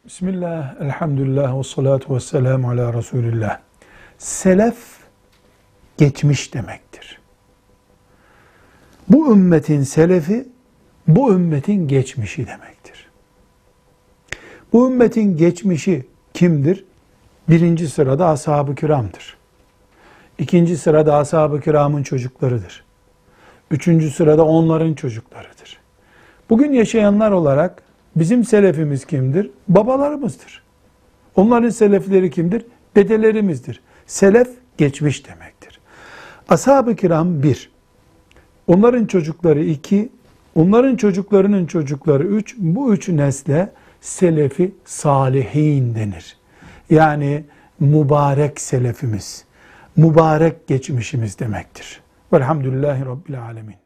Bismillah, elhamdülillah, ve salatu ve selamu ala Resulillah. Selef, geçmiş demektir. Bu ümmetin selefi, bu ümmetin geçmişi demektir. Bu ümmetin geçmişi kimdir? Birinci sırada ashab-ı kiramdır. İkinci sırada ashab-ı kiramın çocuklarıdır. Üçüncü sırada onların çocuklarıdır. Bugün yaşayanlar olarak bizim selefimiz kimdir? Babalarımızdır. Onların selefleri kimdir? Dedelerimizdir. Selef geçmiş demektir. Ashab-ı kiram 1, onların çocukları 2, onların çocuklarının çocukları 3, bu 3 nesle selefi salihin denir. Yani mübarek selefimiz, mübarek geçmişimiz demektir. Velhamdülillahi Rabbil alemin.